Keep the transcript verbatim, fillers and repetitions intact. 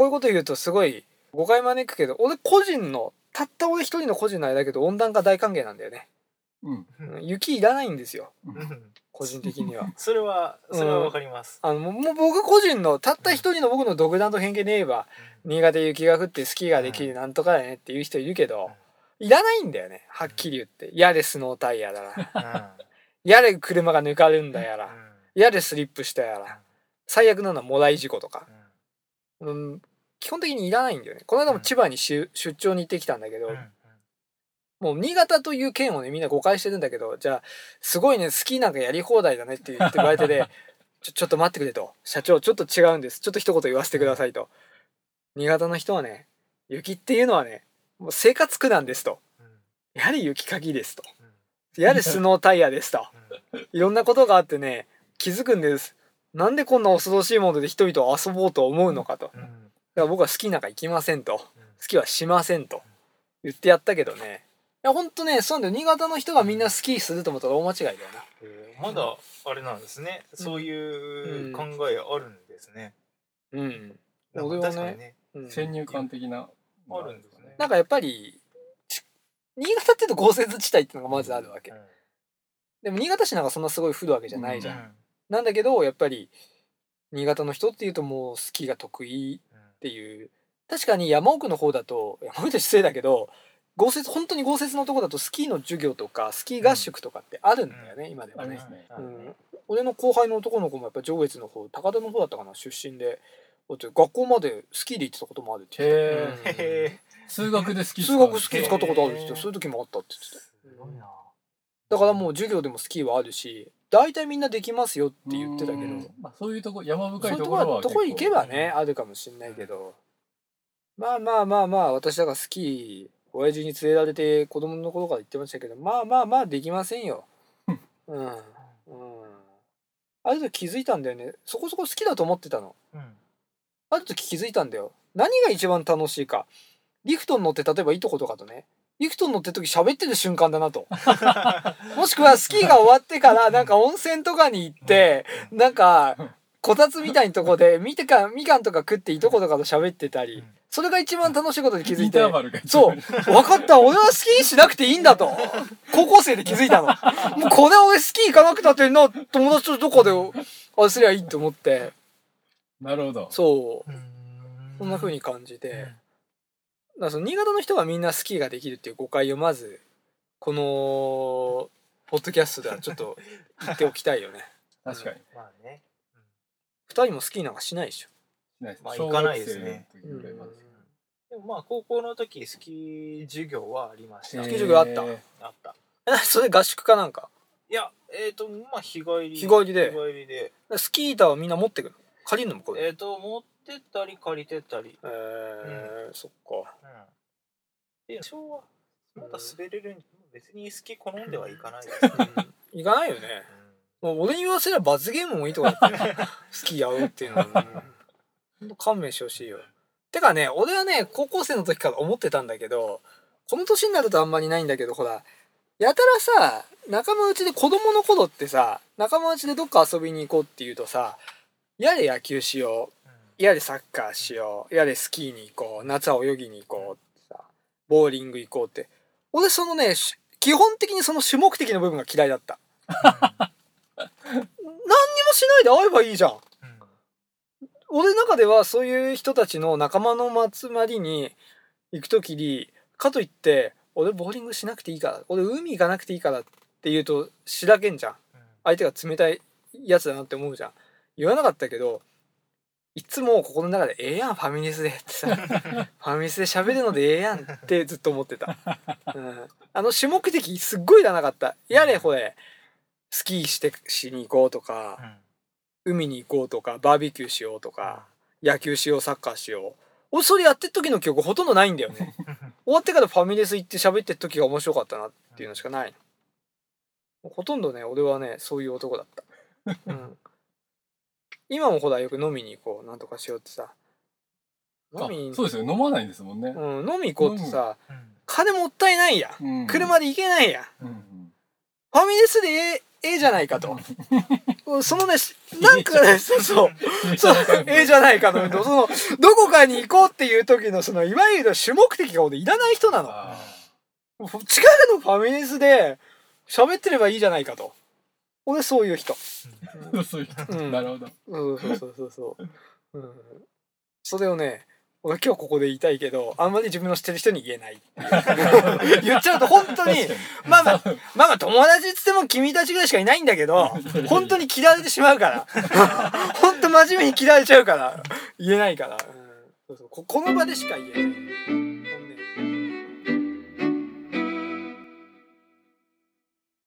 こういうこと言うとすごい誤解招くけど、俺個人のたった俺一人の個人のあれだけど温暖化大歓迎なんだよね。うん、雪いらないんですよ、うん、個人的には。 それはそれはわかります、 うん、あのもう僕個人のたった一人の僕の独断と偏見で言えば、うん、新潟雪が降ってスキーができるなんとかだねっていう人いるけど、うん、いらないんだよね、はっきり言って。やれスノータイヤだら、うん、やれ車が抜かるんだやら、うん、やれスリップしたやら、最悪なのはもらい事故とか、うん、基本的にいらないんだよね。この間も千葉に出張に行ってきたんだけど、うん、もう新潟という県をねみんな誤解してるんだけど、じゃあすごいねスキーなんかやり放題だねって言って言われてでちょ、ちょっと待ってくれと、社長ちょっと違うんです、ちょっと一言言わせてくださいと、新潟の人はね雪っていうのはねもう生活苦なんですと、やはり雪かきですと、やはりスノータイヤですと、いろんなことがあってね気づくんです。なんでこんな恐ろしいもので人々を遊ぼうと思うのかと、だから僕はスキーなんか行きませんと、スキーはしませんと言ってやったけどね、いやほんとねそうなんだよ、新潟の人がみんなスキーすると思ったら大間違いだよな。 えー、まだあれなんですね、うん、そういう考えあるんですね。 うん、うん、 俺はね、ねうん、先入観的なあるんですね。 なんかやっぱり新潟っていうと豪雪地帯っていうのがまずあるわけ、うんうん、でも新潟市なんかそんなすごい降るわけじゃないじゃん、うん、なんだけどやっぱり新潟の人っていうともうスキーが得意っていう、うん、確かに山奥の方だと山奥失礼だけど豪雪本当に豪雪のとこだとスキーの授業とかスキー合宿とかってあるんだよね、うん、今ではね、うん、俺の後輩の男の子もやっぱ上越の方高田の方だったかな出身で、学校までスキーで行ってたこともあるって言ってた、 へー、数学でスキー数学スキー使ったことあるって言って、そういう時もあったって言ってた。すごいな。だからもう授業でもスキーはあるし大体みんなできますよって言ってたけど、 まあ、そういうとこ山深いところはそういうとこ行けばねあるかもしれないけど、まあまあまあまあ私だからスキー親父に連れられて子供の頃から言ってましたけど、まあまあまあできませんよ。うんうん。ある時気づいたんだよね。そこそこ好きだと思ってたの。うん、ある時気づいたんだよ。何が一番楽しいか。リフトに乗って例えばいとことかとね。リフトに乗ってる時喋ってる瞬間だなと。もしくはスキーが終わってからなんか温泉とかに行ってなんかこたつみたいなとこでみてかみかんとか食っていとことかと喋ってたり。それが一番楽しいことに気づいて、そう分かった、俺はスキーしなくていいんだと高校生で気づいたの。もうこれ俺スキー行かなくたってな友達とどこであれすりゃいいと思って。 なるほど。 そうそんな風に感じて、だからその新潟の人がみんなスキーができるっていう誤解をまずこのポッドキャストではちょっと言っておきたいよね。 確かに、 まあね、 ふたりもスキーなんかしないでしょ。 まあ行かないですね。うん、でもまあ高校の時スキー授業はありました。 スキー授業あった。 あった。 え、それ合宿かなんか？ いや、えっとまあ日帰り。 日帰りで。 日帰りで。 スキー板はみんな持ってくるの？借りるのもこれ？ えっと持ってったり借りてったり。 えー、うん、そっか。 うん。で昭和まだ滑れるん、別にスキー好んではいかないですね。 行かないよね。もう俺に言わせれば罰ゲームもいいとかだったよ。スキーやろうっていうのは。ほんと勘弁してほしいよ。てかね、俺はね、高校生の時から思ってたんだけど、この年になるとあんまりないんだけど、ほら、やたらさ、仲間内で子供の頃ってさ、仲間内でどっか遊びに行こうっていうとさ、やれ野球しよう、やれサッカーしよう、やれスキーに行こう、夏は泳ぎに行こうってさ、ボーリング行こうって。俺そのね、基本的にその主目的の部分が嫌いだった。何にもしないで会えばいいじゃん。俺の中ではそういう人たちの仲間の集まりに行くときにかといって俺ボーリングしなくていいから俺海行かなくていいからって言うとしらけんじゃん、相手が冷たいやつだなって思うじゃん。言わなかったけどいつも心の中でええやんファミレスでってさファミレスで喋るのでええやんってずっと思ってた、うん、あの主目的すっごいいらなかった。やれほれスキーしてしに行こうとか、海に行こうとかバーベキューしようとか野球しようサッカーしよう、俺それやってる時の記憶ほとんどないんだよね。終わってからファミレス行って喋ってる時が面白かったなっていうのしかないの。ほとんどね俺はねそういう男だった、うん、今もほらよく飲みに行こうなんとかしようってさ、 飲みそうですよ飲まないんですもんね、 うん、飲み行こうってさ、うん、金もったいないや、うん、車で行けないや、うん、ファミレスでええええじゃないかとそのね、なんかね、そうそう、そう、ええじゃないかの、その、どこかに行こうっていう時の、その、いわゆる主目的が俺いらない人なの。近くのファミレスで喋ってればいいじゃないかと。俺そういう人。 そういう人。うん、なるほど。 うん、そうそうそうそう。うん、それをね、俺今日ここで言いたいけど、あんまり自分の知ってる人に言えないっていう。言っちゃうと本当に、まあまあ、まあまあ友達っつっても君たちぐらいしかいないんだけど、本当に嫌われてしまうから。本当真面目に嫌われちゃうから、言えないから。うん、そうそう、ここの場でしか言えない。